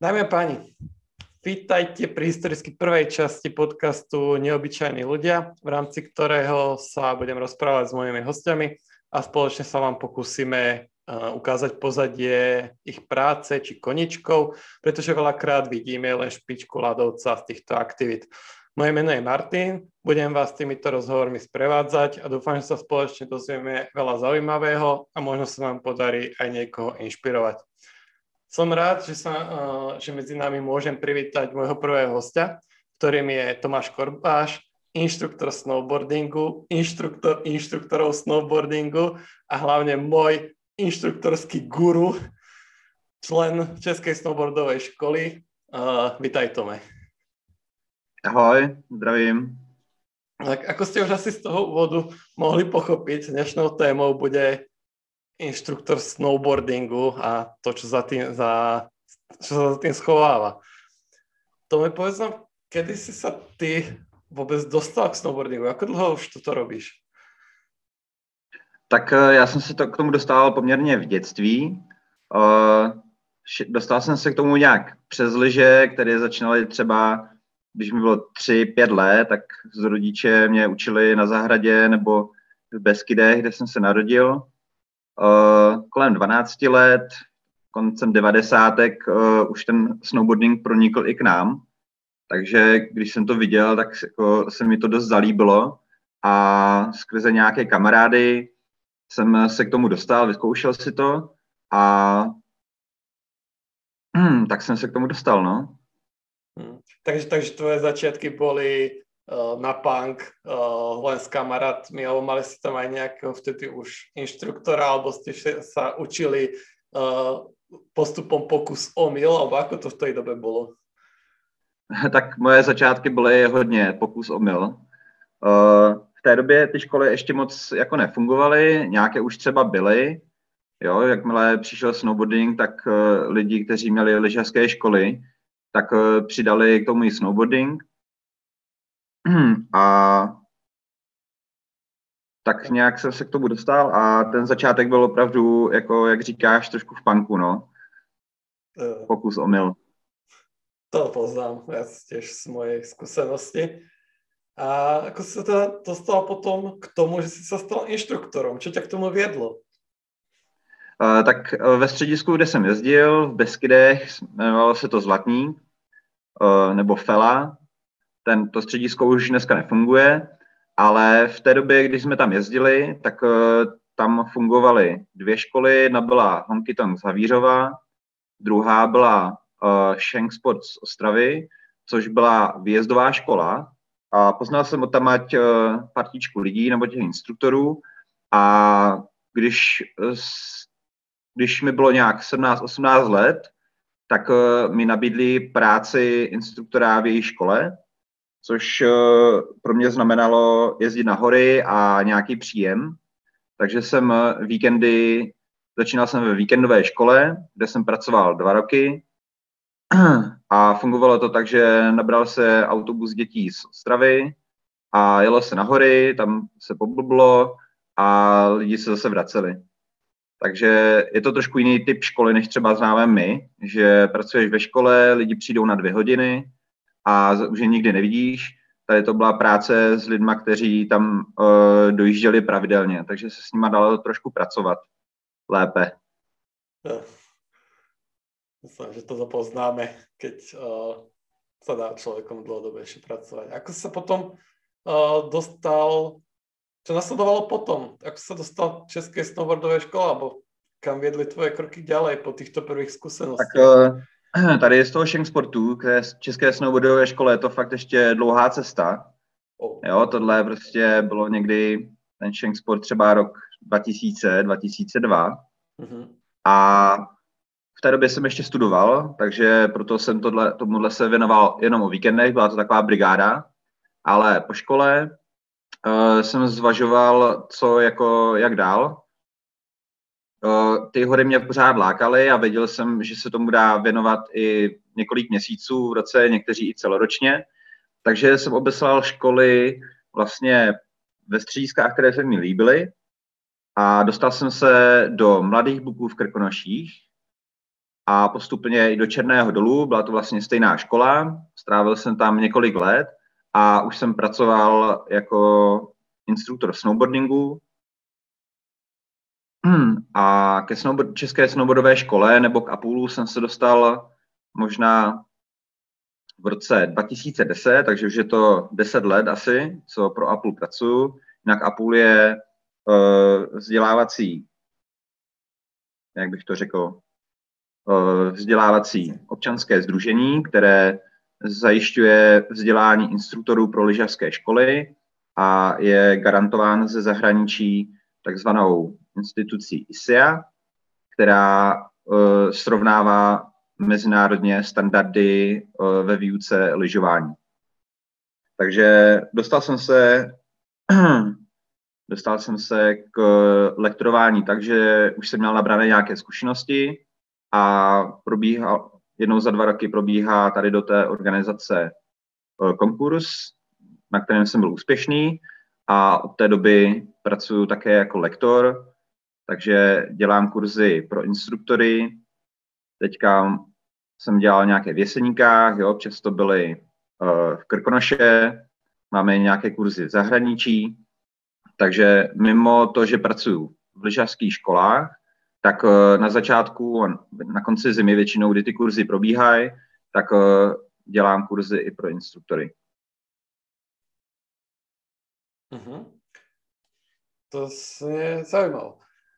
Dámy a páni, vítajte pri historicky prvej časti podcastu Neobyčajní ľudia, v rámci ktorého sa budem rozprávať s mojimi hostiami a spoločne sa vám pokúsime ukázať pozadie ich práce či koničkov, pretože veľakrát vidíme len špičku ľadovca z týchto aktivít. Moje meno je Martin, budem vás týmito rozhovormi sprevádzať a dúfam, že sa spoločne dozvieme veľa zaujímavého a možno sa vám podarí aj niekoho inšpirovať. Som rád, že medzi nami môžem privítať môjho prvého hostia, ktorým je Tomáš Korbáš, inštruktor snowboardingu, inštruktor inštruktorov snowboardingu a hlavne môj inštruktorský guru, člen Českej snowboardovej školy. Vítaj, Tome. Ahoj, zdravím. Tak ako ste už asi z toho úvodu mohli pochopiť, dnešnou témou bude inštruktor snowboardingu a to, čo sa za tým schováva. To mi povedz nám, kedy si sa ty vôbec dostal k snowboardingu? Ako dlho už toto robíš? Tak já jsem se k tomu dostal poměrně v dětství. Dostal jsem se k tomu nějak přes lyže, které začínaly třeba, když mi bylo 3-5 let, tak z rodiče mě učili na zahradě nebo v Beskydech, kde jsem se narodil. Kolem 12 let, koncem 90. Už ten snowboarding pronikl i k nám. Takže když jsem to viděl, tak jako se mi to dost zalíbilo a skrze nějaké kamarády jsem se k tomu dostal, vyzkoušel si to a tak jsem se k tomu dostal, no. Takže tvoje začiatky boli na punk, len s kamarátmi, alebo mali ste tam aj nejakého vtedy už inštruktora, alebo ste sa učili postupom pokus omyl, alebo ako to v tej dobe bolo? Tak moje začátky byly hodně pokus omyl. V té době ty školy ještě moc jako nefungovaly, nějaké už třeba byly. Jo, jakmile přišel snowboarding, tak lidi, kteří měli lyžařské školy, tak přidali k tomu i snowboarding. A tak nějak jsem se k tomu dostal a ten začátek byl opravdu, jako jak říkáš, trošku v punku, no. Pokus omyl. To poznám, ja tiež z mojej skúsenosti. A ako si sa teda dostal potom k tomu, že si sa stal inštruktorom? Čo ťa k tomu viedlo? Tak ve středisku, kde jsem jezdil, v Beskydech, jmenovalo se to Zlatník, nebo Fela. To středisko už dneska nefunguje, ale v té době, když jsme tam jezdili, tak tam fungovaly 2 školy. Jedna byla Honky Tonk z Havířova, druhá byla Shank Sport z Ostravy, což byla výjezdová škola. A poznal jsem odtamať partičku lidí nebo těch instruktorů a když mi bylo nějak 17-18 let, tak mi nabídli práci instruktora v jejich škole, což pro mě znamenalo jezdit na hory a nějaký příjem. Takže jsem začínal jsem ve víkendové škole, kde jsem pracoval 2 roky a fungovalo to tak, že nabral se autobus dětí z Ostravy a jelo se na hory, tam se poblblo a lidi se zase vraceli. Takže je to trošku jiný typ školy, než třeba známe my, že pracuješ ve škole, lidi přijdou na 2 hodiny a už je nikdy nevidíš. Tady to byla práce s lidma, kteří tam dojížděli pravidelně, takže se s nima dalo trošku pracovat lépe. Myslím, že to zapoznáme, keď sa dá človekom dlhodobejšie pracovať. Ako sa potom dostal, čo nasledovalo potom? Ako sa dostal v Českej snowboardovej škole, alebo kam viedli tvoje kroky ďalej po týchto prvých skúsenostiach? Tady z toho Shank Sportu k České snowboardové škole je to fakt ještě dlouhá cesta. Jo, tohle prostě bylo někdy ten Shank Sport třeba rok 2000, 2002. A v té době jsem ještě studoval, takže proto jsem tomuhle se věnoval jenom o víkendech, byla to taková brigáda, ale po škole jsem zvažoval, jak dál. Ty hory mě pořád lákaly a věděl jsem, že se tomu dá věnovat i několik měsíců v roce, někteří i celoročně. Takže jsem obeslal školy vlastně ve střediskách, které se mi líbily a dostal jsem se do Mladých Buků v Krkonoších, a postupně i do Černého Dolu. Byla to vlastně stejná škola, strávil jsem tam několik let a už jsem pracoval jako instruktor snowboardingu. A ke české snowboardové škole nebo k Apulu jsem se dostal možná v roce 2010, takže už je to 10 let asi, co pro Apul pracuji. Jinak Apul je vzdělávací, jak bych to řekl, vzdělávací občanské sdružení, které zajišťuje vzdělání instruktorů pro lyžařské školy a je garantován ze zahraničí takzvanou institucí ISIA, která srovnává mezinárodně standardy ve výuce lyžování. Takže dostal jsem se k lektorování, takže už jsem měl nabrané nějaké zkušenosti a jednou za 2 roky probíhá tady do té organizace konkurs, na kterém jsem byl úspěšný a od té doby pracuji také jako lektor, takže dělám kurzy pro instruktory. Teďka jsem dělal nějaké v Jeseníkách, jo, často byly v Krkonoše, máme nějaké kurzy v zahraničí, takže mimo to, že pracuji v lyžařských školách, tak na začátku a na konci zimy většinou, kdy ty kurzy probíhají, tak dělám kurzy i pro instruktory. To je zaujímavé.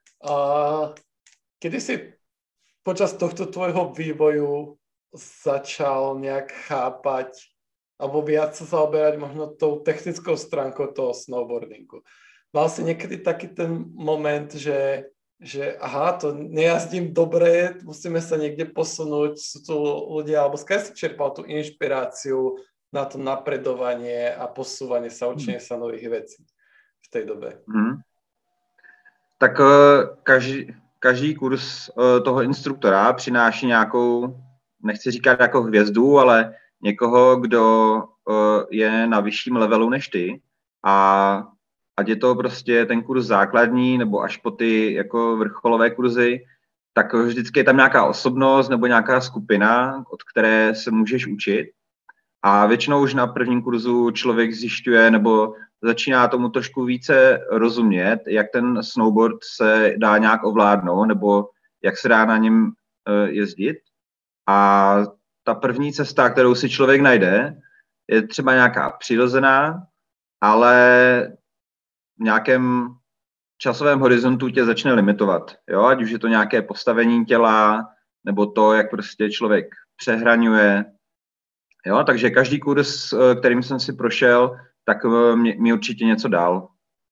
Kedy si počas tohto tvojho vývoju začal nejak chápať alebo viac sa zaoberať možno tou technickou stránkou toho snowboardingu? Mal si niekedy taký ten moment, že aha, to nejazdím dobre, musíme sa niekde posunúť, sú tu ľudia, alebo skôr si čerpal tú inšpiráciu na to napredovanie a posúvanie sa, učenie sa nových vecí v tej dobe? Tak každý kurz toho instruktora přináší nějakou, nechci říkat jako hvězdu, ale někoho, kdo je na vyšším levelu než ty. A ať je to prostě ten kurz základní nebo až po ty jako vrcholové kurzy, tak vždycky je tam nějaká osobnost nebo nějaká skupina, od které se můžeš učit. A většinou už na prvním kurzu člověk zjišťuje nebo začíná tomu trošku více rozumět, jak ten snowboard se dá nějak ovládnout nebo jak se dá na něm jezdit. A ta první cesta, kterou si člověk najde, je třeba nějaká přirozená, ale v nějakém časovém horizontu tě začne limitovat. Jo? Ať už je to nějaké postavení těla, nebo to, jak prostě člověk přehraňuje. Jo? Takže každý kurz, kterým jsem si prošel, tak mi určite niečo dal.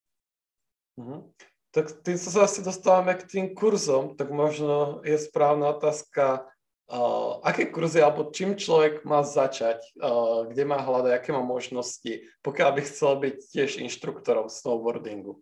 Tak tým sa asi dostávame k tým kurzom, tak možno je správna otázka, aké kurzy alebo čím človek má začať, kde má hľadať, aké má možnosti, pokiaľ by chcel byť tiež inštruktorom snowboardingu.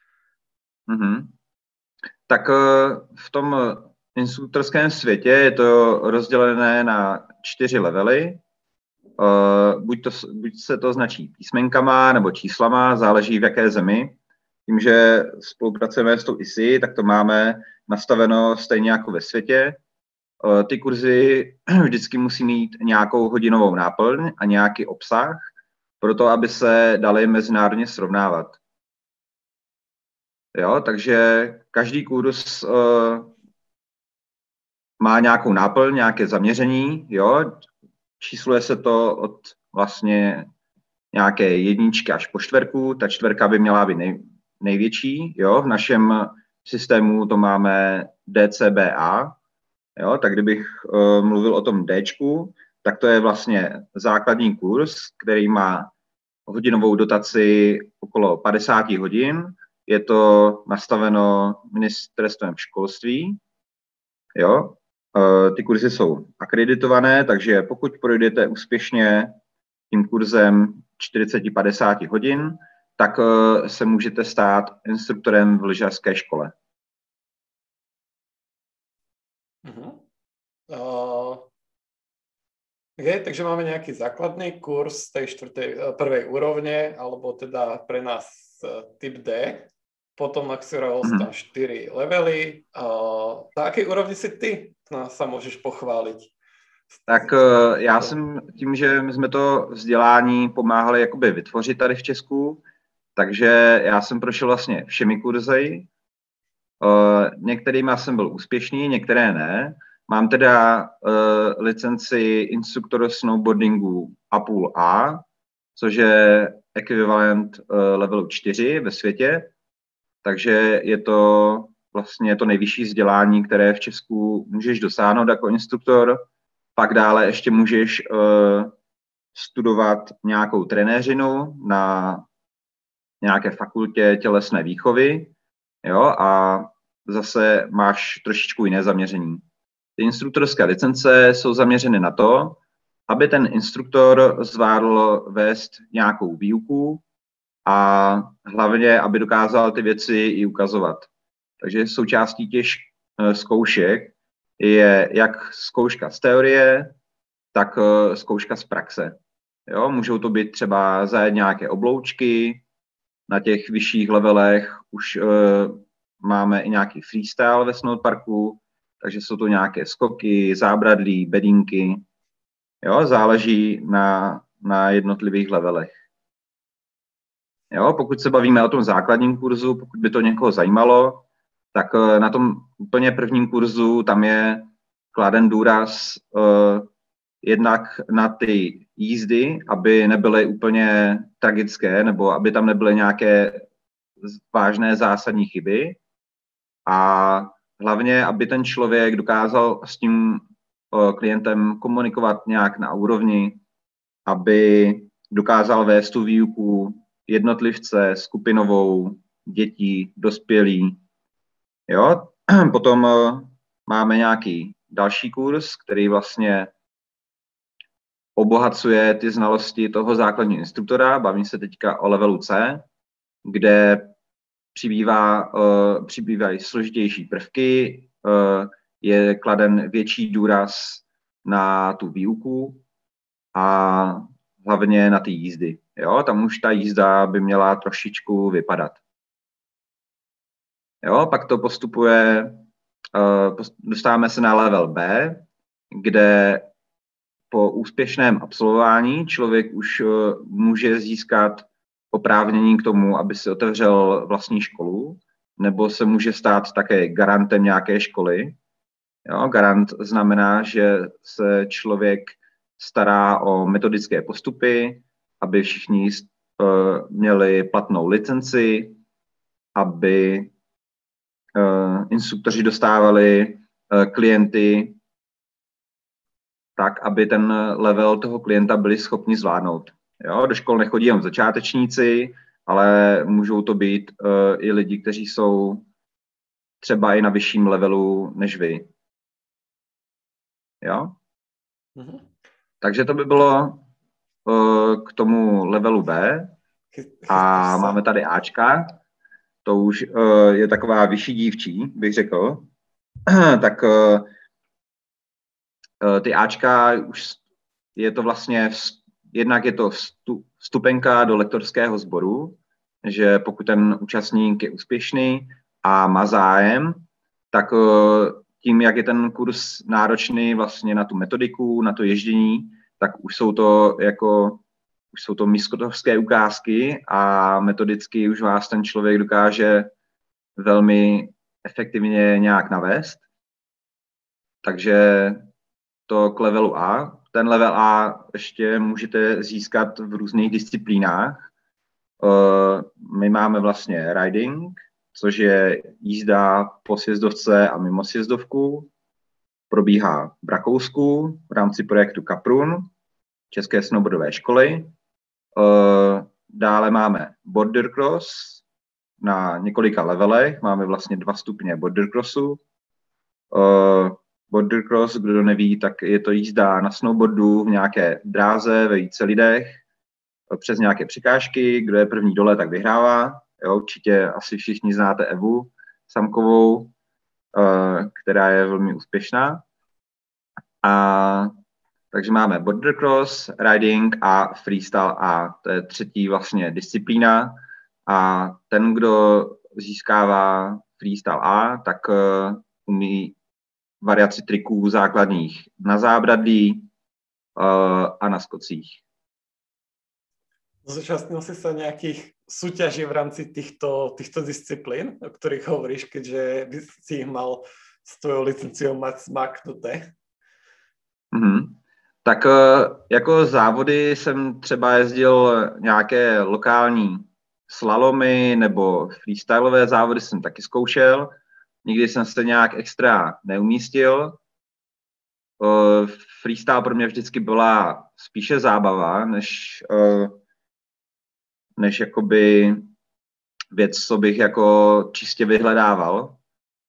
Tak v tom instruktorském světě je to rozdělené na 4 levely. Buď se to značí písmenkama nebo číslama, záleží v jaké zemi. Tím, že spolupracujeme s tou ISI, tak to máme nastaveno stejně jako ve světě. Ty kurzy vždycky musí mít nějakou hodinovou náplň a nějaký obsah, proto aby se daly mezinárodně srovnávat. Jo, takže každý kurz má nějakou náplň, nějaké zaměření, jo. Čísluje se to od vlastně nějaké 1 až po 4. Ta 4 by měla být největší. Jo? V našem systému to máme DCBA. Jo? Tak kdybych mluvil o tom Dčku, tak to je vlastně základní kurz, který má hodinovou dotaci okolo 50 hodin. Je to nastaveno ministerstvem školství. Jo? Ty kurzy jsou akreditované, takže pokud projdete úspěšně tím kurzem 40-50 hodin, tak se můžete stát instruktorem v lyžařské škole. Okay, takže máme nejaký základný kurz tej prvej úrovne, alebo teda pre nás typ D. Potom ak si tam 4 levely. Na akej úrovni si ty No, sa môžeš pochváliť. Tak já jsem tím, že my jsme to vzdělání pomáhali jakoby vytvořit tady v Česku, takže já jsem prošel vlastně všemi kurzy. Některýma jsem byl úspěšný, některé ne. Mám teda licenci instruktora snowboardingu A+A, což je ekvivalent levelu 4 ve světě. Takže je to vlastně to nejvyšší vzdělání, které v Česku můžeš dosáhnout jako instruktor. Pak dále ještě můžeš studovat nějakou trenéřinu na nějaké fakultě tělesné výchovy, jo, a zase máš trošičku jiné zaměření. Ty instruktorské licence jsou zaměřeny na to, aby ten instruktor zvládl vést nějakou výuku a hlavně, aby dokázal ty věci i ukazovat. Takže součástí těch zkoušek je jak zkouška z teorie, tak zkouška z praxe. Jo, můžou to být třeba zajet nějaké obloučky, na těch vyšších levelech už máme i nějaký freestyle ve snowparku, takže jsou to nějaké skoky, zábradlí, bedínky. Jo, záleží na jednotlivých levelech. Jo, pokud se bavíme o tom základním kurzu, pokud by to někoho zajímalo, tak na tom úplně prvním kurzu tam je kladen důraz jednak na ty jízdy, aby nebyly úplně tragické, nebo aby tam nebyly nějaké vážné zásadní chyby. A hlavně, aby ten člověk dokázal s tím klientem komunikovat nějak na úrovni, aby dokázal vést tu výuku jednotlivce, skupinovou, dětí, dospělí. Jo? Potom máme nějaký další kurz, který vlastně obohacuje ty znalosti toho základního instruktora. Bavím se teďka o levelu C, kde přibývají složitější prvky, je kladen větší důraz na tu výuku a hlavně na ty jízdy. Jo? Tam už ta jízda by měla trošičku vypadat. Jo? Pak to postupuje, dostáváme se na level B, kde po úspěšném absolvování člověk už může získat oprávnění k tomu, aby si otevřel vlastní školu, nebo se může stát také garantem nějaké školy. Jo, garant znamená, že se člověk stará o metodické postupy, aby všichni měli platnou licenci, aby instruktoři dostávali klienty tak, aby ten level toho klienta byli schopni zvládnout. Jo, do škol nechodí jen začátečníci, ale můžou to být i lidi, kteří jsou třeba i na vyšším levelu než vy. Jo? Mm-hmm. Takže to by bylo k tomu levelu B. A máme tady Ačka. To už je taková vyšší dívčí, bych řekl. Tak ty Ačka už je to vlastně, jednak je to vstupenka do lektorského sboru, že pokud ten účastník je úspěšný a má zájem, tak tím, jak je ten kurz náročný vlastně na tu metodiku, na to ježdění, tak už jsou to mistrovské ukázky a metodicky už vás ten člověk dokáže velmi efektivně nějak navést. Takže to k levelu A. Ten level A ještě můžete získat v různých disciplínách. My máme vlastně riding, což je jízda po sjezdovce a mimo sjezdovku. Probíhá v Rakousku v rámci projektu Kaprun, České snowboardové školy. Dále máme border cross na několika levelech. Máme vlastně 2 stupně border crossu. Border cross, kdo neví, tak je to jízda na snowboardu v nějaké dráze ve více lidech přes nějaké překážky. Kdo je první dole, tak vyhrává. Jo, určitě asi všichni znáte Evu Samkovou, která je velmi úspěšná. Takže máme border cross, riding a freestyle A. To je třetí vlastně disciplína. A ten, kdo získává freestyle A, tak umí variaci triků základních na zábradlí a na skocích. Zúčastnil si sa nejakých súťaží v rámci týchto disciplín, o ktorých hovoríš, keďže by si ich mal s tvojou licenciou mať smaknuté? Tak jako závody jsem třeba jezdil nějaké lokální slalomy nebo freestylové závody jsem taky zkoušel. Nikdy jsem se nějak extra neumístil. Freestyle pro mě vždycky byla spíše zábava, než jakoby věc, co bych jako čistě vyhledával.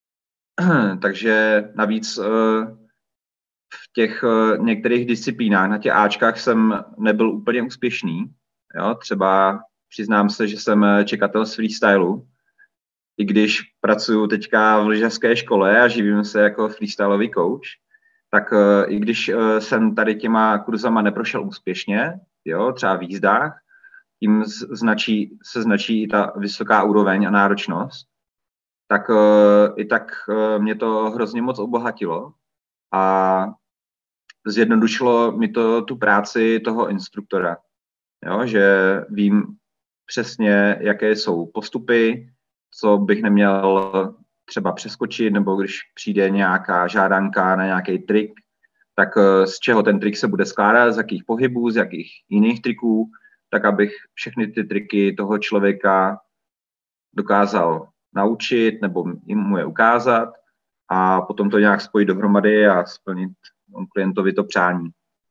Takže navíc v těch některých disciplínách, na těch Ačkách jsem nebyl úplně úspěšný. Jo? Třeba přiznám se, že jsem čekatel z freestylu, i když pracuji teďka v lyžařské škole a živím se jako freestylový coach, tak i když jsem tady těma kurzama neprošel úspěšně, jo, třeba v jízdách, tím se značí i ta vysoká úroveň a náročnost, tak i tak mě to hrozně moc obohatilo a zjednodušilo mi to tu práci toho instruktora, jo, že vím přesně, jaké jsou postupy, co bych neměl třeba přeskočit, nebo když přijde nějaká žádanka na nějaký trik, tak z čeho ten trik se bude skládat, z jakých pohybů, z jakých jiných triků, tak abych všechny ty triky toho člověka dokázal naučit nebo mu je ukázat a potom to nějak spojit dohromady a splnit klientovi to přání.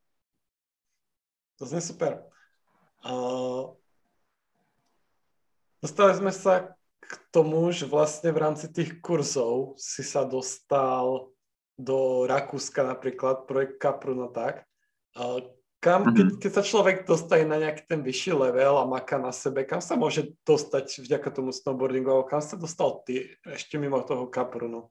To znie super. Dostali sme sa k tomu, že vlastne v rámci tých kurzov si sa dostal do Rakúska napríklad, projekt Kaprun a tak. Keď sa človek dostane na nejaký ten vyšší level a maká na sebe, kam sa môže dostať vďaka tomu snowboardingu, alebo kam sa dostal ty ešte mimo toho Kaprunu?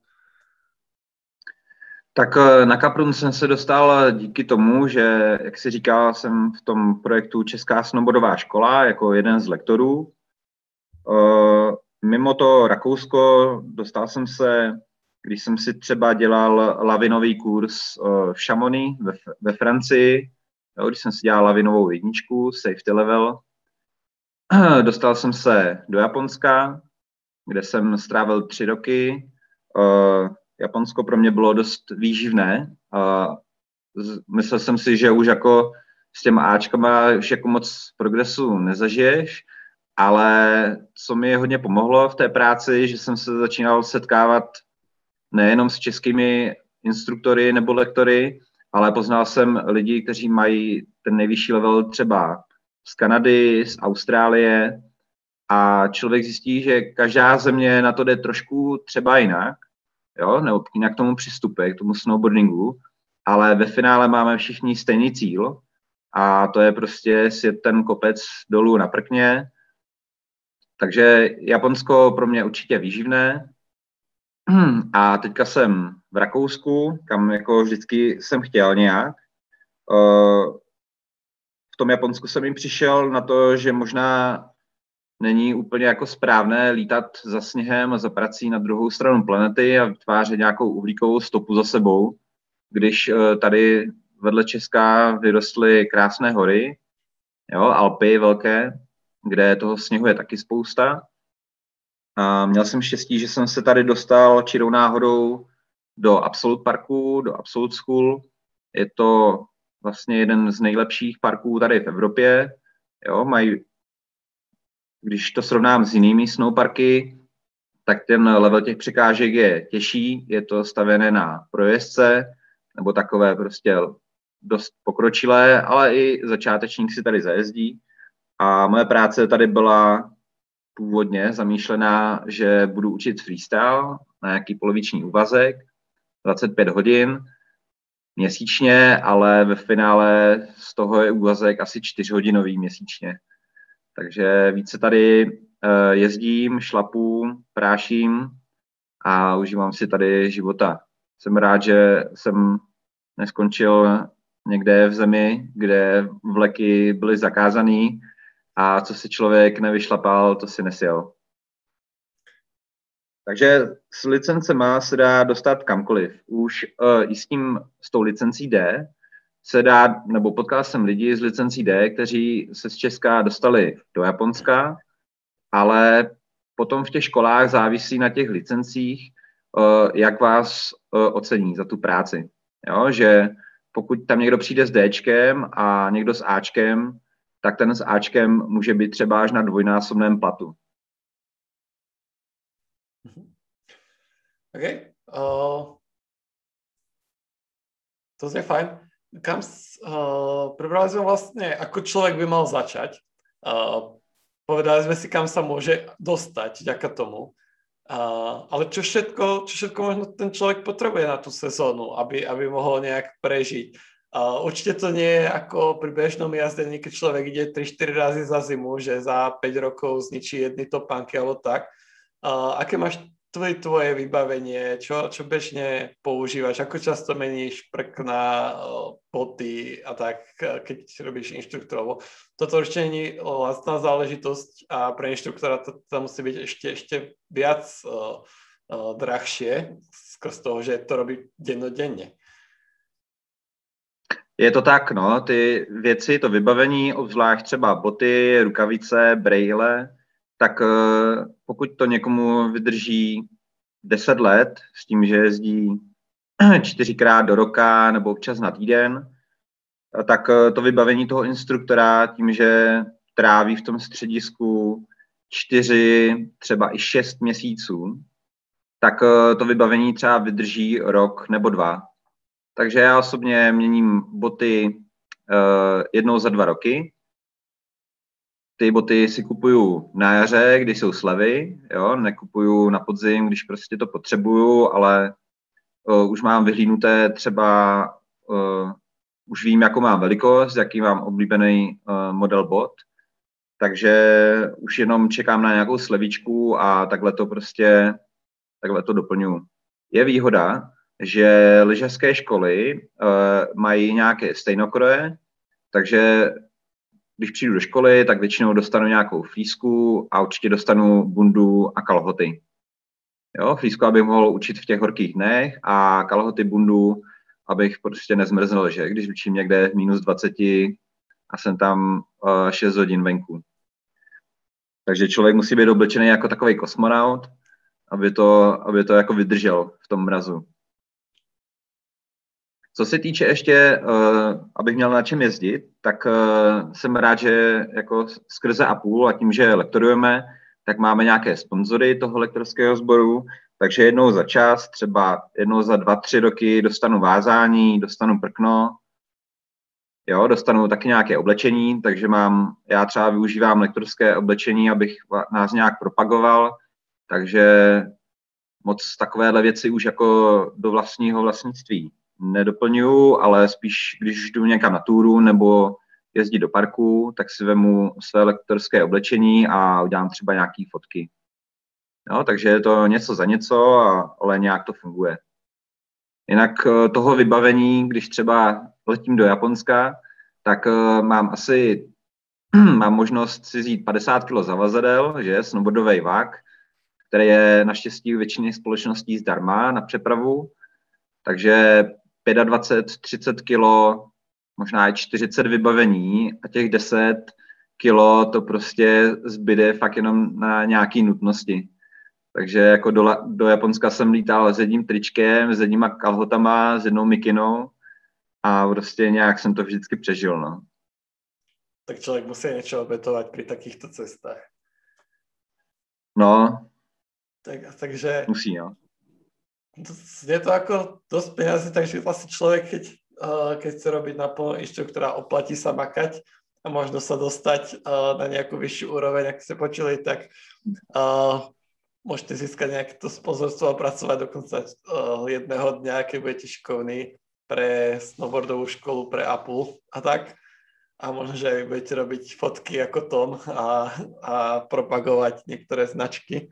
Tak na Kaprun jsem se dostal díky tomu, že, jak si říkal, jsem v tom projektu Česká snowboardová škola jako jeden z lektorů. Mimo to Rakousko dostal jsem se, když jsem si třeba dělal lavinový kurz v Chamonix ve Francii, jo, když jsem si dělal lavinovou jedničku, safety level. Dostal jsem se do Japonska, kde jsem strávil 3 roky. Japonsko pro mě bylo dost výživné. Myslel jsem si, že už jako s těma Ačkama už jako moc progresu nezažiješ, ale co mi hodně pomohlo v té práci, že jsem se začínal setkávat nejenom s českými instruktory nebo lektory, ale poznal jsem lidi, kteří mají ten nejvyšší level třeba z Kanady, z Austrálie a člověk zjistí, že každá země na to jde trošku třeba jinak, jo, nebo jinak k tomu přistupuje, k tomu snowboardingu, ale ve finále máme všichni stejný cíl a to je prostě sjet ten kopec dolů na prkně. Takže Japonsko pro mě určitě výživné. A teďka jsem v Rakousku, kam jako vždycky jsem chtěl nějak. V tom Japonsku jsem jim přišel na to, že možná není úplně jako správné lítat za sněhem a za prací na druhou stranu planety a vytvářet nějakou uhlíkovou stopu za sebou, když tady vedle Česka vyrostly krásné hory, jo, Alpy velké, kde toho sněhu je taky spousta. A měl jsem štěstí, že jsem se tady dostal čirou náhodou do Absolute Parku, do Absolute School. Je to vlastně jeden z nejlepších parků tady v Evropě. Jo, když to srovnám s jinými snowparky, tak ten level těch překážek je těžší, je to stavěné na projezdce, nebo takové prostě dost pokročilé, ale i začátečník si tady zajezdí. A moje práce tady byla původně zamýšlená, že budu učit freestyle na nějaký poloviční úvazek, 25 hodin měsíčně, ale ve finále z toho je úvazek asi 4hodinový měsíčně. Takže více tady jezdím, šlapu, práším a užívám si tady života. Jsem rád, že jsem neskončil někde v zemi, kde vleky byly zakázaný a co si člověk nevyšlapal, to si nesjel. Takže s licencema se dá dostat kamkoliv. Už i s tou licencí D se dá, nebo potkal jsem lidi s licencí D, kteří se z Česka dostali do Japonska, ale potom v těch školách závisí na těch licencích, jak vás ocení za tu práci. Jo? Že pokud tam někdo přijde s Dčkem a někdo s Ačkem, tak ten s Ačkem může být třeba až na dvojnásobném platu. OK. To je fajn. Prebrali sme vlastne, ako človek by mal začať. Povedali sme si, kam sa môže dostať vďaka tomu. Ale čo všetko možno ten človek potrebuje na tú sezónu, aby mohol nejak prežiť. Určite to nie je ako pri bežnom jazdení, keď človek ide 3-4 razy za zimu, že za 5 rokov zničí jedny topánky alebo tak. Aké máš tvoje vybavenie, čo bežne používaš, ako často meníš prkna, boty a tak, keď robíš inštruktorov. Toto určite nie je lacná záležitosť a pre inštruktora to musí byť ešte viac drahšie, skrz toho, že to robí dennodenne. Je to tak, no, ty věci, to vybavení, obzvlášť třeba boty, rukavice, brejle, tak pokud to někomu vydrží 10 let s tím, že jezdí 4krát do roka nebo občas na týden, tak to vybavení toho instruktora tím, že tráví v tom středisku 4, třeba i 6 měsíců, tak to vybavení třeba vydrží rok nebo 2. Takže já osobně měním boty jednou za 2 roky. Ty boty si kupuju na jaře, když jsou slevy, jo, nekupuju na podzim, když prostě to potřebuju, ale už mám vyhlídnuté třeba, už vím, jakou mám velikost, jaký mám oblíbený model bot, takže už jenom čekám na nějakou slevičku a takhle to doplňuji. Je výhoda, že lyžařské školy mají nějaké stejnokroje, takže když přijdu do školy, tak většinou dostanu nějakou flísku a určitě dostanu bundu a kalhoty. Jo, flísku, abych mohl učit v těch horkých dnech a kalhoty, bundu, abych prostě nezmrznul, že když učím někde minus 20 a jsem tam 6 hodin venku. Takže člověk musí být oblečený jako takový kosmonaut, aby to jako vydržel v tom mrazu. Co se týče ještě, abych měl na čem jezdit, tak jsem rád, že jako skrze A-Pool a tím, že lektorujeme, tak máme nějaké sponzory toho lektorského sboru, takže jednou za čas, třeba jednou za 2-3 roky dostanu vázání, dostanu prkno, jo, dostanu taky nějaké oblečení, takže já třeba využívám lektorské oblečení, abych nás nějak propagoval, takže moc takovéhle věci už jako do vlastního vlastnictví nedoplňuju, ale spíš, když jdu někam na túru nebo jezdit do parku, tak si vemu své lektorské oblečení a udělám třeba nějaké fotky. No, takže je to něco za něco, ale nějak to funguje. Jinak toho vybavení, když třeba letím do Japonska, tak mám možnost si vzít 50 kg zavazadel, že snowboardový vak, který je naštěstí u většiny společností zdarma na přepravu, takže 25-30 kilo, možná i 40 vybavení a těch 10 kilo to prostě zbyde fakt jenom na nějaký nutnosti. Takže jako do Japonska jsem lítal s jedním tričkem, s jedníma kalhotama, s jednou mikinou a prostě nějak jsem to vždycky přežil, no. Tak člověk musí něco obětovat při takýchto cestách. No. Takže... Musí, no. Je to ako dosť peniazy, takže vlastne človek, keď chce robiť naplno inštruktora, oplatí sa makať a možno sa dostať na nejakú vyššiu úroveň, ak ste počuli, tak môžete získať nejaké to sponzorstvo a pracovať dokonca jedného dňa, keď budete šikovní pre snowboardovú školu, pre A-Pool a tak. A možno, že aj budete robiť fotky ako Tom a propagovať niektoré značky.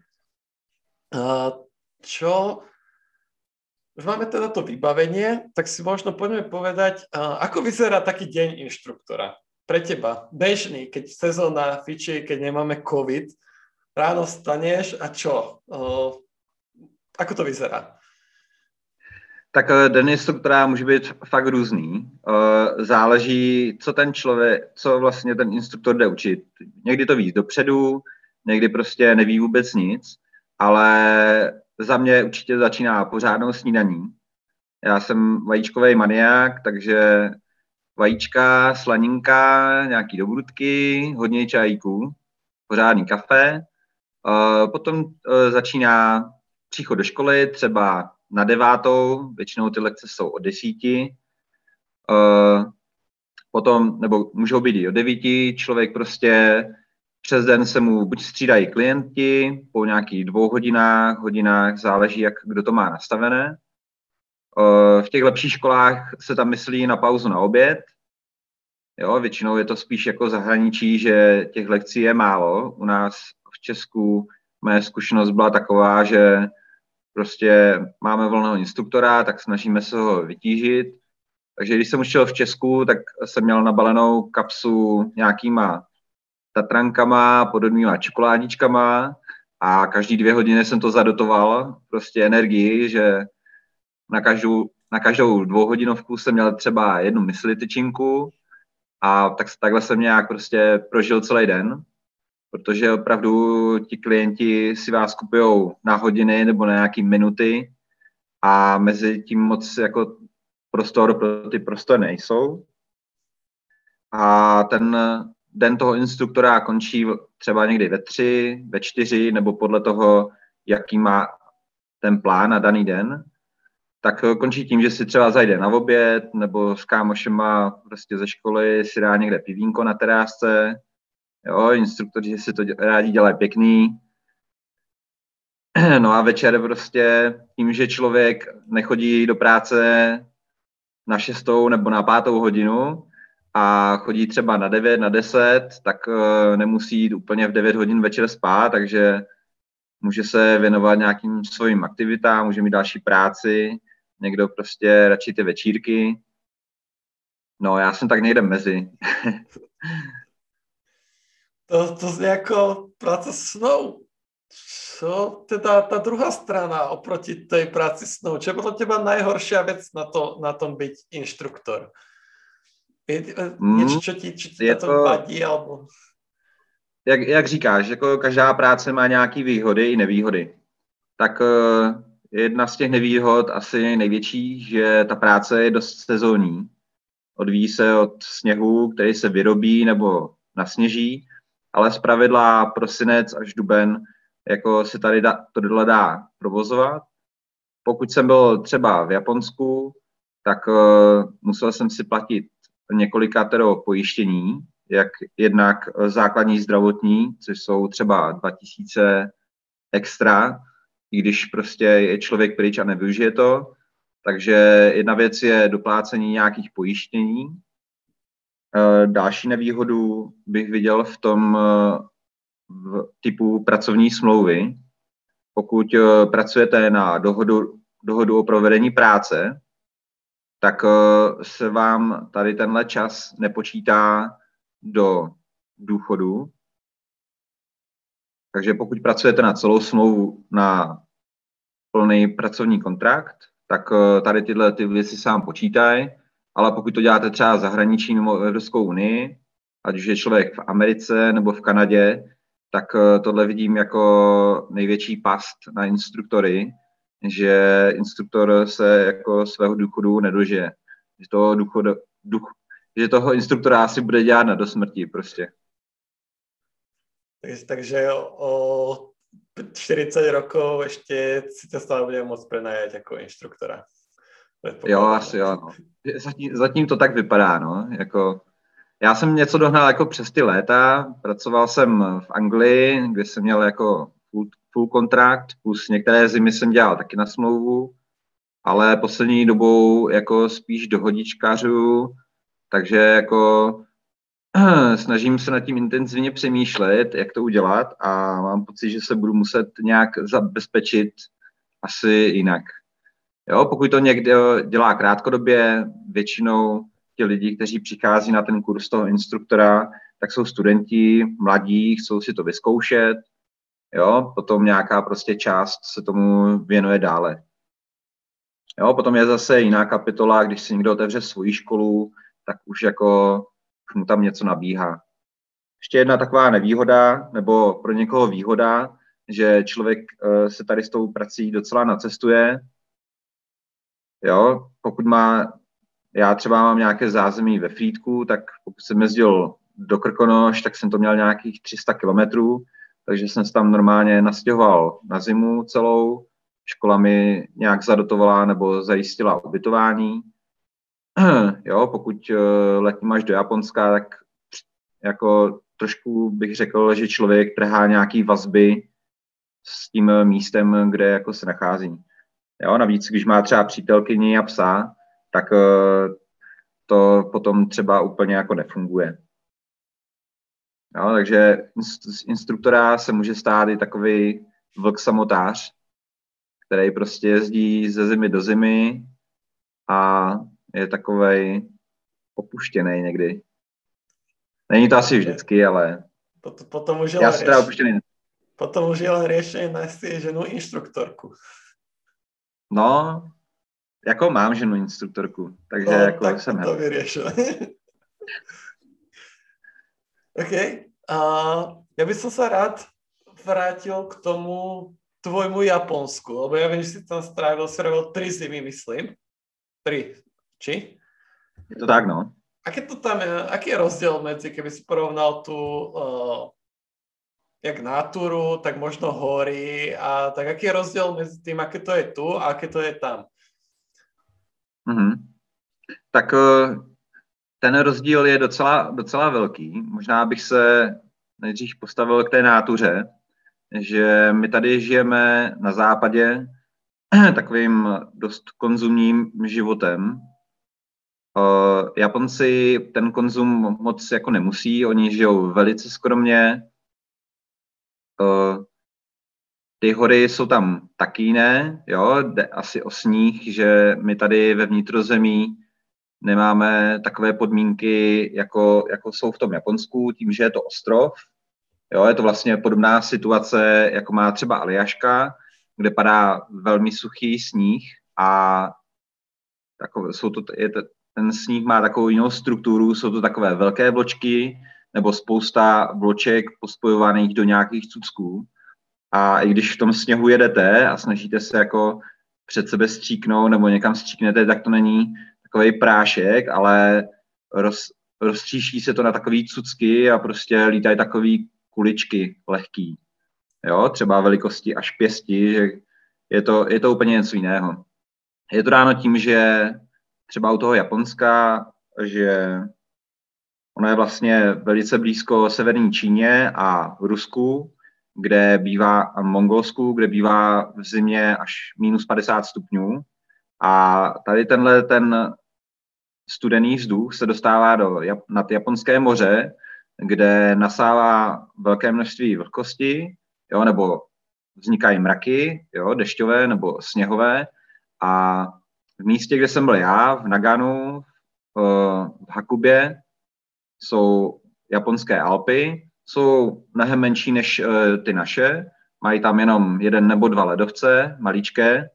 Už máme teda to vybavenie, tak si možno poďme povedať, ako vyzerá taký deň inštruktora pre teba, bežný, keď sezóna fičí, keď nemáme COVID, ráno staneš a čo? Ako to vyzerá? Tak den instruktora může být fakt různý. Záleží, co vlastně ten instruktor jde učit. Někdy to ví dopředu, někdy prostě neví vůbec nic, ale za mě určitě začíná pořádnou snídaní. Já jsem vajíčkový maniak, takže vajíčka, slaninka, nějaký dobrutky, hodně čajíků, pořádný kafe. Potom začíná příchod do školy, třeba na 9, většinou ty lekce jsou od 10. Potom, nebo můžou být i od 9, člověk prostě přes den se mu buď střídají klienti po nějakých 2 hodinách, záleží, jak kdo to má nastavené. V těch lepších školách se tam myslí na pauzu na oběd. Jo, většinou je to spíš jako zahraničí, že těch lekcí je málo. U nás v Česku moje zkušenost byla taková, že prostě máme volného instruktora, tak snažíme se ho vytížit. Takže když jsem učil v Česku, tak jsem měl nabalenou kapsu nějakýma tatrankama, podobnýma čokoládičkama a každý 2 hodiny jsem to zadotoval, prostě energii, že na každou 2hodinovku jsem měl třeba 1 mysli tyčinku a takhle jsem nějak prostě prožil celý den, protože opravdu ti klienti si vás kupujou na hodiny nebo na nějaký minuty a mezi tím moc jako prostor pro ty prostory nejsou. A ten den toho instruktora končí třeba někdy ve 3, ve 4, nebo podle toho, jaký má ten plán na daný den, tak končí tím, že si třeba zajde na oběd, nebo s kámošema prostě ze školy si dá někde pivínko na terásce. Jo, instruktoři si to rádi dělají pěkný. No a večer prostě tím, že člověk nechodí do práce na 6. nebo na 5. hodinu a chodí třeba na 9, na 10, tak nemusí jít úplně v 9 hodin večer spát, takže může se věnovat nějakým svým aktivitám, může mít další práci, někdo prostě radši ty večírky. No, já jsem tak někde mezi. To znie ako práca snov. Čo teda tá druhá strana oproti tej práci snov? Čo je podľa teba najhoršia vec na tom byť inštruktor? Niečo, čo ti na tom vadí? Alebo... Jak říkáš, jako každá práce má nějaké výhody i nevýhody. Tak jedna z těch nevýhod, asi největší, že ta práce je dost sezónní. Odvíjí se od sněhu, který se vyrobí nebo nasněží, ale zpravidla prosinec až duben jako se tady tohle dá provozovat. Pokud jsem byl třeba v Japonsku, tak musel jsem si platit několikátero pojištění, jak jednak základní zdravotní, což jsou třeba 2000 extra, i když prostě je člověk pryč a nevyužije to. Takže jedna věc je doplácení nějakých pojištění. Další nevýhodu bych viděl v tom typu pracovní smlouvy. Pokud pracujete na dohodu o provedení práce, tak se vám tady tenhle čas nepočítá do důchodu. Takže pokud pracujete na celou smlouvu na plný pracovní kontrakt, tak tady tyhle ty věci se vám počítají, ale pokud to děláte třeba v zahraničí mimo Evropskou unii, ať už je člověk v Americe nebo v Kanadě, tak tohle vidím jako největší past na instruktory, že instruktor se jako svého důchodu nedožije. Že toho instruktora asi bude dělat na dosmrti prostě. Takže o 40 rokov ešte si to stále budeme môcť prenajať ako inštruktora. Jo, asi jo. No. Zatím to tak vypadá, no. Jako, já jsem něco dohnal jako přes ty léta. Pracoval jsem v Anglii, kde jsem měl jako full kontrakt, plus některé zimy jsem dělal taky na smlouvu, ale poslední dobou jako spíš dohodičkařu, takže jako snažím se nad tím intenzivně přemýšlet, jak to udělat a mám pocit, že se budu muset nějak zabezpečit asi jinak. Jo, pokud to někdo dělá krátkodobě, většinou ti lidi, kteří přichází na ten kurz toho instruktora, tak jsou studenti, mladí, chcou si to vyzkoušet. Jo, potom nějaká prostě část se tomu věnuje dále. Jo, potom je zase jiná kapitola, když si někdo otevře svoji školu, tak už jako mu tam něco nabíhá. Ještě jedna taková nevýhoda, nebo pro někoho výhoda, že člověk se tady s tou prací docela nacestuje. Jo, pokud já třeba mám nějaké zázemí ve Frýdku, tak pokud jsem jezdil do Krkonoš, tak jsem to měl nějakých 300 kilometrů, takže jsem se tam normálně nastěhoval na zimu celou, škola mi nějak zadotovala nebo zajistila ubytování. Jo, pokud letím až do Japonska, tak jako trošku bych řekl, že člověk trhá nějaký vazby s tím místem, kde jako se nachází. Jo, navíc, když má třeba přítelkyni a psa, tak to potom třeba úplně jako nefunguje. Jo, takže z instruktora se může stát i takový vlk samotář, který prostě jezdí ze zimy do zimy a je takovej opuštěný někdy. Není to asi vždycky, ale potom už já jsem teda opuštěný. Potom už je len riešenie nájsť si ženu inštruktorku. No, jako mám ženu instruktorku, takže no, jako tak jsem to vyriešené. OK. Ja by som sa rád vrátil k tomu tvojmu Japonsku, lebo ja viem, že si tam strávil 3 zimy, myslím. 3, či? Je to tak, no. Aký je rozdiel medzi, keby si porovnal tu jak natúru, tak možno hory a tak aký je rozdiel medzi tým, aké to je tu a aké to je tam? Tak ten rozdíl je docela velký. Možná bych se nejdřív postavil k té nátuře, že my tady žijeme na západě takovým dost konzumním životem. Japonci ten konzum moc jako nemusí, oni žijou velice skromně. Ty hory jsou tam taky jiné, jo, jde asi o sníh, že my tady ve vnitrozemí nemáme takové podmínky, jako jsou v tom Japonsku, tím, že je to ostrov. Jo, je to vlastně podobná situace, jako má třeba Aljaška, kde padá velmi suchý sníh a ten sníh má takovou jinou strukturu, jsou to takové velké vločky nebo spousta vloček pospojovaných do nějakých cucků. A i když v tom sněhu jedete a snažíte se jako před sebe stříknout nebo někam stříknete, tak to není takový prášek, ale roztříší se to na takový cucky a prostě lítají takový kuličky lehký. Jo, třeba velikosti až pěsti, že je to úplně něco jiného. Je to dáno tím, že třeba u toho Japonska, že ono je vlastně velice blízko severní Číně a Rusku, kde bývá a Mongolsku, kde bývá v zimě až minus 50 stupňů. A tady ten studený vzduch se dostává nad Japonské moře, kde nasává velké množství vlhkosti, jo, nebo vznikají mraky, jo, dešťové nebo sněhové. A v místě, kde jsem byl já, v Naganu, v Hakubě, jsou japonské Alpy, jsou mnohem menší než ty naše, mají tam jenom 1 nebo 2 ledovce, maličké,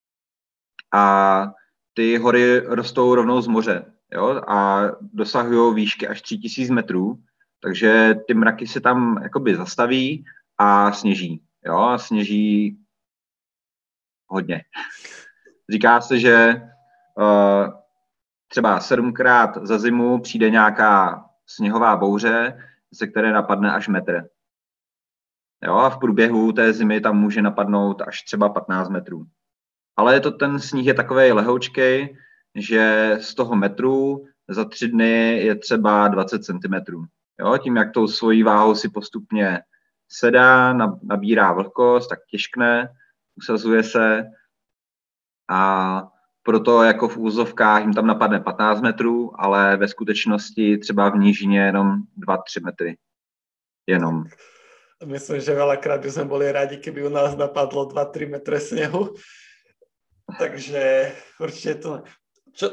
a ty hory rostou rovnou z moře, jo, a dosahují výšky až 3000 metrů, takže ty mraky se tam jakoby zastaví a sněží, jo, a sněží hodně. Říká se, že třeba 7krát za zimu přijde nějaká sněhová bouře, ze které napadne až metr. Jo, a v průběhu té zimy tam může napadnout až třeba 15 metrů. Ale ten sníh je takovej lehoučkej, že z toho metru za 3 dny je třeba 20 cm. Jo, tím, jak tou svojí váhou si postupně sedá, nabírá vlhkost, tak těžkne, usazuje se a proto jako v úzovkách jim tam napadne 15 metrů, ale ve skutečnosti třeba v nížině jenom 2-3 metry. Jenom. Myslím, že veľakrát by sme boli radi, keby u nás napadlo 2-3 metre snehu. Takže určite to...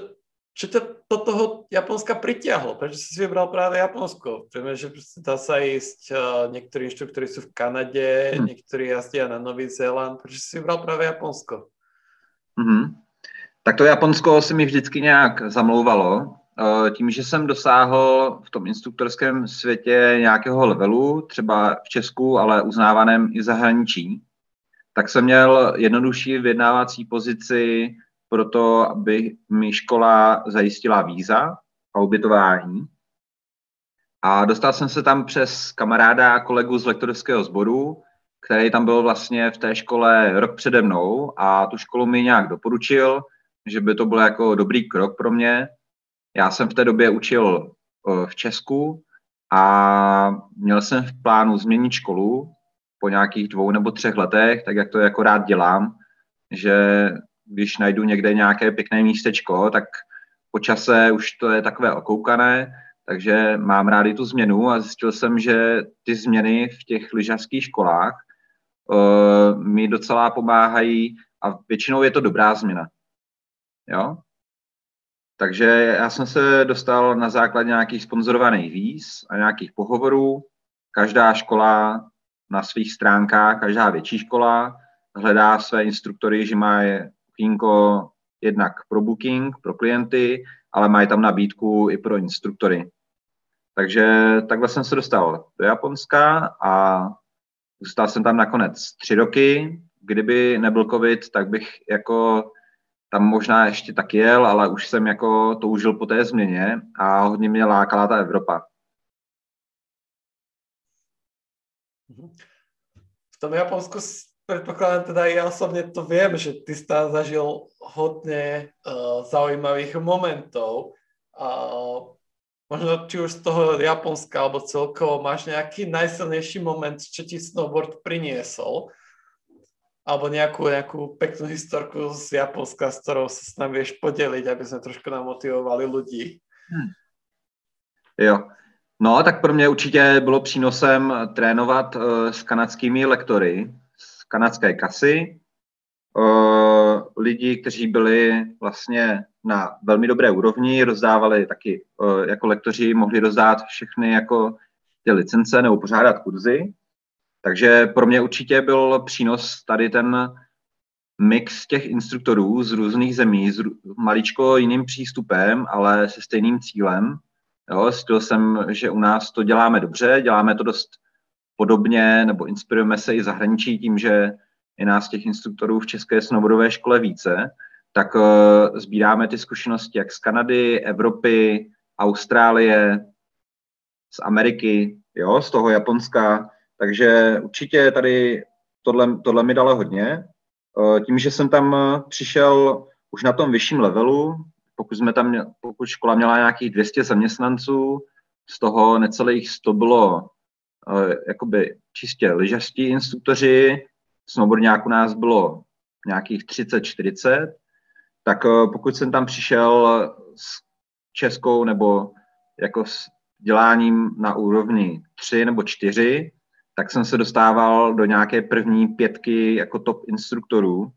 Čo ťa do toho Japonska pritiahlo? Prečo si vybral práve Japonsko? Vieme, že dá sa ísť, niektorí inštruktori sú v Kanade, niektorí jazdia na Nový Zéland. Prečo si vybral práve Japonsko? Tak to Japonsko se mi vždycky nějak zamlouvalo. Tím, že jsem dosáhl v tom instruktorském světě nějakého levelu, třeba v Česku, ale uznávaném i v zahraničí, tak jsem měl jednodušší vyjednávací pozici pro to, aby mi škola zajistila víza a ubytování. A dostal jsem se tam přes kamaráda a kolegu z lektorského sboru, který tam byl vlastně v té škole rok přede mnou a tu školu mi nějak doporučil, že by to bylo jako dobrý krok pro mě. Já jsem v té době učil v Česku a měl jsem v plánu změnit školu po nějakých 2 nebo 3 letech, tak jak to jako rád dělám, že když najdu někde nějaké pěkné místečko, tak po čase už to je takové okoukané, takže mám rád i tu změnu a zjistil jsem, že ty změny v těch lyžařských školách mi docela pomáhají a většinou je to dobrá změna. Jo? Takže já jsem se dostal na základě nějakých sponzorovaných víz a nějakých pohovorů. Každá škola na svých stránkách, každá větší škola hledá své instruktory, že má okýnko jednak pro booking, pro klienty, ale mají tam nabídku i pro instruktory. Takže takhle jsem se dostal do Japonska a zůstal jsem tam nakonec 3 roky. Kdyby nebyl covid, tak bych jako tam možná ještě tak jel, ale už jsem jako toužil po té změně a hodně mě lákala ta Evropa. V tom Japonsku predpokladám, teda ja osobne to viem, že ty si tam zažil hodne zaujímavých momentov. Možno či už z toho Japonska alebo celkovo máš nejaký najsilnejší moment, čo ti snowboard priniesol? Alebo nejakú peknú historku z Japonska, s ktorou sa s nami vieš podeliť, aby sme trošku namotivovali ľudí. Jo. No, tak pro mě určitě bylo přínosem trénovat s kanadskými lektory z kanadské kasy. Lidi, kteří byli vlastně na velmi dobré úrovni, rozdávali taky, jako lektoři mohli rozdát všechny jako ty licence nebo pořádat kurzy. Takže pro mě určitě byl přínos tady ten mix těch instruktorů z různých zemí, s maličko jiným přístupem, ale se stejným cílem. Jo, zjistil jsem, že u nás to děláme dobře, děláme to dost podobně, nebo inspirujeme se i zahraničí tím, že je nás těch instruktorů v české snowboardové škole více, tak sbíráme ty zkušenosti jak z Kanady, Evropy, Austrálie, z Ameriky, jo, z toho Japonska. Takže určitě tady tohle mi dalo hodně. Tím, že jsem tam přišel už na tom vyšším levelu, pokud škola měla nějakých 200 zaměstnanců, z toho necelých 100 bylo jakoby čistě lyžařští instruktoři, snowboardňáků nás bylo nějakých 30-40, tak pokud jsem tam přišel s českou nebo jako s děláním na úrovni 3 nebo 4, tak jsem se dostával do nějaké první 5 jako top instruktorů,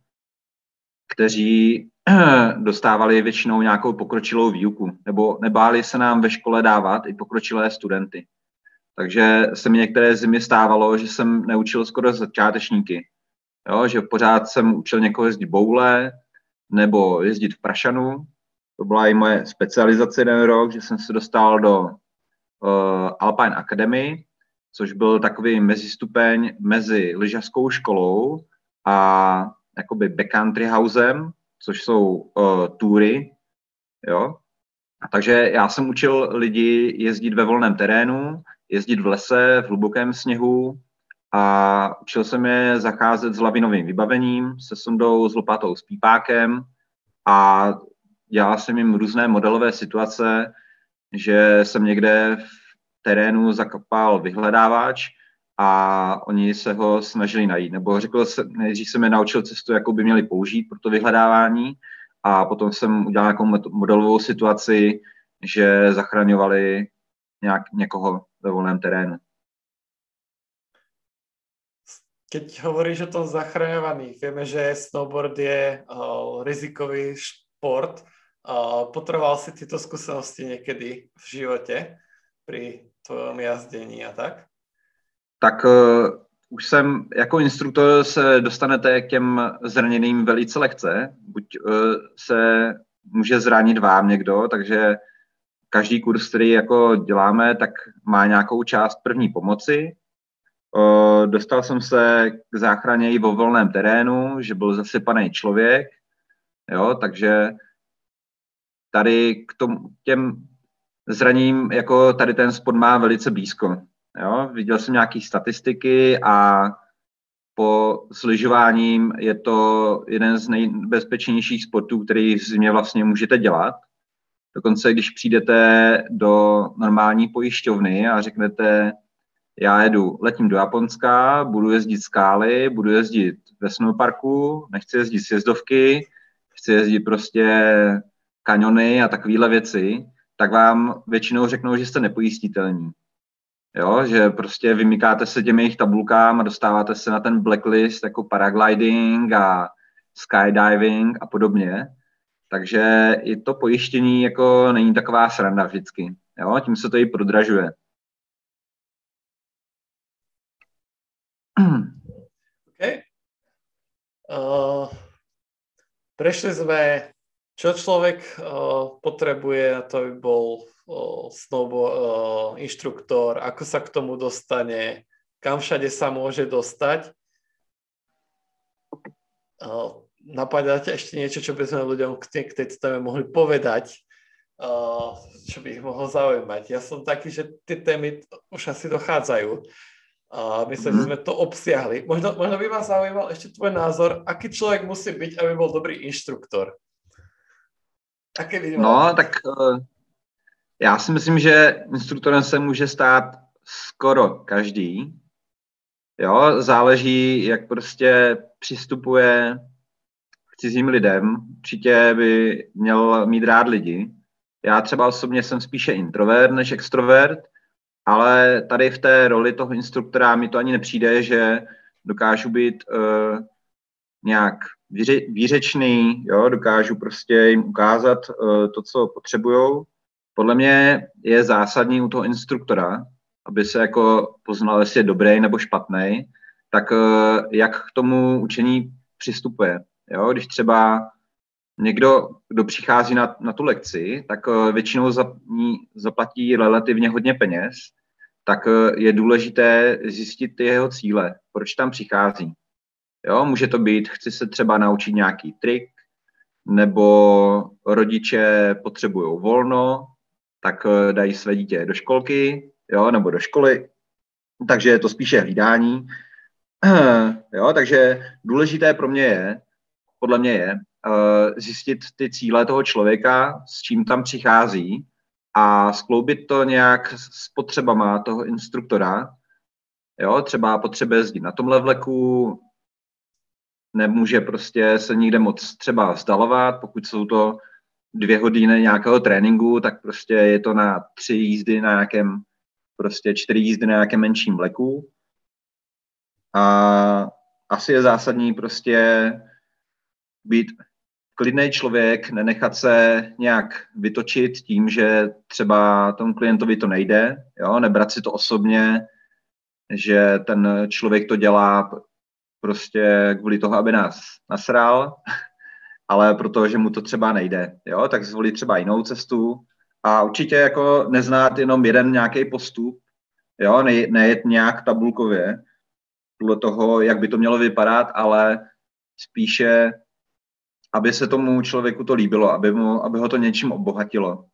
kteří dostávali většinou nějakou pokročilou výuku, nebo nebáli se nám ve škole dávat i pokročilé studenty. Takže se mi některé zimy stávalo, že jsem neučil skoro začátečníky. Jo, že pořád jsem učil někoho jezdit boule nebo jezdit v prašanu. To byla i moje specializace jeden rok, že jsem se dostal do Alpine Academy, což byl takový mezistupeň mezi lyžařskou školou a jakoby backcountry housem, což jsou túry. Jo? Takže já jsem učil lidi jezdit ve volném terénu, jezdit v lese, v hlubokém sněhu a učil jsem je zacházet s lavinovým vybavením, se sondou, s lopatou, s pípákem a dělal jsem jim různé modelové situace, že jsem někde v terénu zakopal vyhledávač a oni se ho snažili najít. Nebo nejdřív jsem je naučil cestu, jakou by měli použít pro to vyhledávání a potom jsem udělal nějakou modelovou situaci, že zachraňovali někoho ve volném terénu. Keď hovoríš o tom zachraňovaní, vieme, že snowboard je rizikový šport Potreboval si tyto skúsenosti někdy v životě pri tvojom jazdení a tak? Tak už jsem, jako instruktor se dostanete k těm zraněným velice lehce. Buď se může zranit vám někdo, takže každý kurz, který jako děláme, tak má nějakou část první pomoci. Dostal jsem se k záchraně i vo volném terénu, že byl zasypaný člověk, jo, takže tady k těm zraním, jako tady ten sport má velice blízko. Jo. Viděl jsem nějaké statistiky a po slyžováním je to jeden z nejbezpečnějších sportů, který v zimě vlastně můžete dělat. Dokonce, když přijdete do normální pojišťovny a řeknete, letím do Japonska, budu jezdit skály, budu jezdit ve snowparku, nechci jezdit sjezdovky, chci jezdit prostě kaniony a takovéhle věci, tak vám většinou řeknou, že jste nepojistitelní. Jo, že prostě vymykáte se těm jejich tabulkám a dostáváte se na ten blacklist jako paragliding a skydiving a podobně. Takže i to pojištění jako není taková sranda vždycky. Jo, tím se to i prodražuje. Okay. Prešli sme, čo človek potrebuje na to, aby bol inštruktor, ako sa k tomu dostane, kam všade sa môže dostať. Napadá ťa ešte niečo, čo by sme ľuďom k tejto téme mohli povedať, čo by ich mohlo zaujímať? Ja som taký, že tie témy už asi dochádzajú. Myslím, že sme to obsiahli. Možno by ma zaujímal ešte tvoj názor, aký človek musí byť, aby bol dobrý inštruktor? Tak já si myslím, že instruktorem se může stát skoro každý. Jo, záleží, jak prostě přistupuje k cizím lidem. Určitě by měl mít rád lidi. Já třeba osobně jsem spíše introvert než extrovert, ale tady v té roli toho instruktora mi to ani nepřijde, že dokážu být nějak výřečný, jo, dokážu prostě jim ukázat to, co potřebujou. Podle mě je zásadní u toho instruktora, aby se jako poznal, jestli je dobrý nebo špatný, tak jak k tomu učení přistupuje. Jo? Když třeba někdo, kdo přichází na tu lekci, tak většinou zaplatí relativně hodně peněz, tak je důležité zjistit jeho cíle, proč tam přichází. Jo? Může to být, chci se třeba naučit nějaký trik, nebo rodiče potřebují volno, tak dají své dítě do školky, jo, nebo do školy, takže je to spíše hlídání. Jo, takže důležité podle mě je zjistit ty cíle toho člověka, s čím tam přichází a skloubit to nějak s potřebama toho instruktora. Jo, třeba potřebuje jezdit na tomhle vleku, nemůže prostě se nikde moc třeba vzdalovat, pokud jsou to 2 hodiny nějakého tréninku, tak prostě je to na 3 jízdy na nějakém, prostě 4 jízdy na nějakém menším vleku. A asi je zásadní prostě být klidný člověk, nenechat se nějak vytočit tím, že třeba tomu klientovi to nejde, jo? Nebrat si to osobně, že ten člověk to dělá prostě kvůli toho, aby nás nasral, ale protože mu to třeba nejde, jo? Tak zvolit třeba jinou cestu a určitě jako neznát jenom jeden nějaký postup, jo? Nejet nějak tabulkově podle toho, jak by to mělo vypadat, ale spíše, aby se tomu člověku to líbilo, aby ho to něčím obohatilo.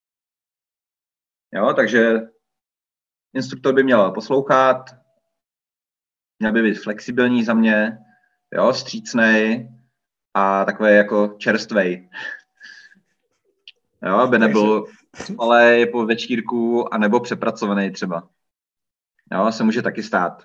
Jo? Takže instruktor by měl poslouchat, měl by být flexibilní za mě, jo? Vstřícnej a takový jako čerstvej. Jo, aby nebyl spalej po večírku a nebo přepracovaný třeba. Jo, se může taky stát.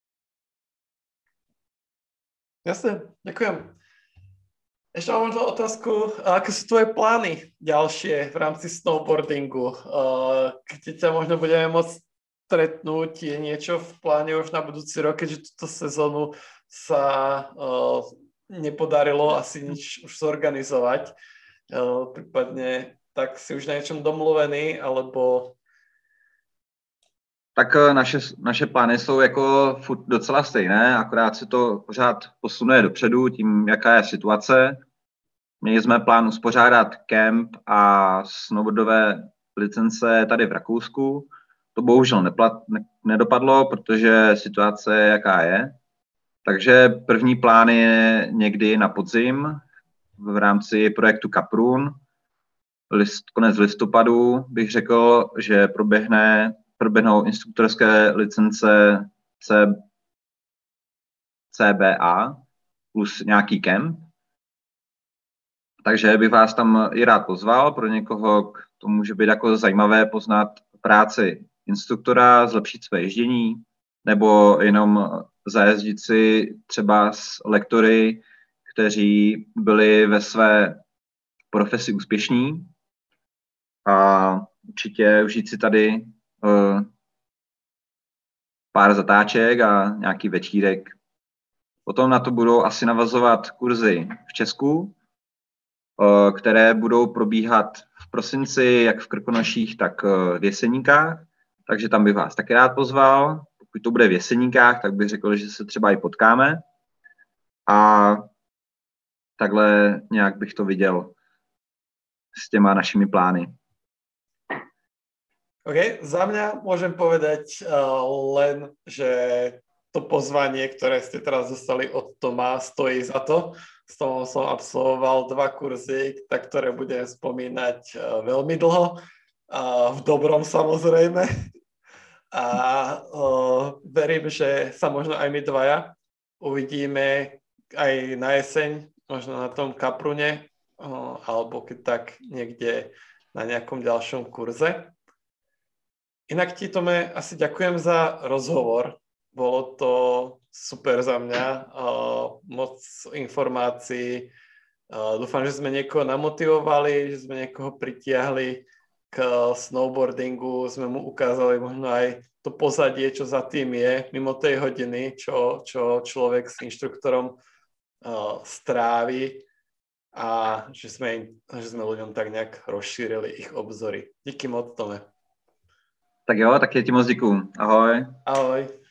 Jasne, ďakujem. Ešte mám možno otázku, aké sú tvoje plány ďalšie v rámci snowboardingu? Kde ťa možno budeme môcť stretnúť? Je niečo v pláne už na budúci rok, keďže túto sezónu sa nepodarilo asi nič už zorganizovať. prípadne tak si už na niečom domluvený, alebo... Tak naše plány jsou jako furt docela stejné, akorát se to pořád posunuje dopředu tím, jaká je situace. Měli jsme plán uspořádat kemp a snowboardové licence tady v Rakousku. To bohužel nedopadlo, protože situace je, jaká je. Takže první plán je někdy na podzim v rámci projektu Kaprun. Konec listopadu bych řekl, že proběhnou instruktorské licence CBA plus nějaký kemp. Takže bych vás tam i rád pozval. Pro někoho to může být jako zajímavé poznat práci instruktora, zlepšit své ježdění, nebo jenom zajezdit si třeba s lektory, kteří byli ve své profesi úspěšní, a určitě užít si tady pár zatáček a nějaký večírek. Potom na to budou asi navazovat kurzy v Česku, které budou probíhat v prosinci, jak v Krkonoších, tak v Jeseníkách. Takže tam bych vás taky rád pozval. Pokud to bude v Jeseníkách, tak bych řekl, že se třeba i potkáme. A takhle nějak bych to viděl s těma našimi plány. OK, za mňa môžem povedať len, že to pozvanie, ktoré ste teraz dostali od Toma, stojí za to. S Tomom som absolvoval 2 kurzy, tak ktoré budem spomínať veľmi dlho, v dobrom samozrejme. A verím, že sa možno aj my dvaja uvidíme aj na jeseň, možno na tom Kaprune, alebo keď tak niekde na nejakom ďalšom kurze. Inak ti, Tome, asi ďakujem za rozhovor. Bolo to super za mňa, moc informácií. Dúfam, že sme niekoho namotivovali, že sme niekoho pritiahli k snowboardingu, sme mu ukázali možno aj to pozadie, čo za tým je, mimo tej hodiny, čo človek s inštruktorom strávi, a že sme ľuďom tak nejak rozšírili ich obzory. Díky moc, Tome. Tak jo, tak já ti moc děkuju. Ahoj. Ahoj.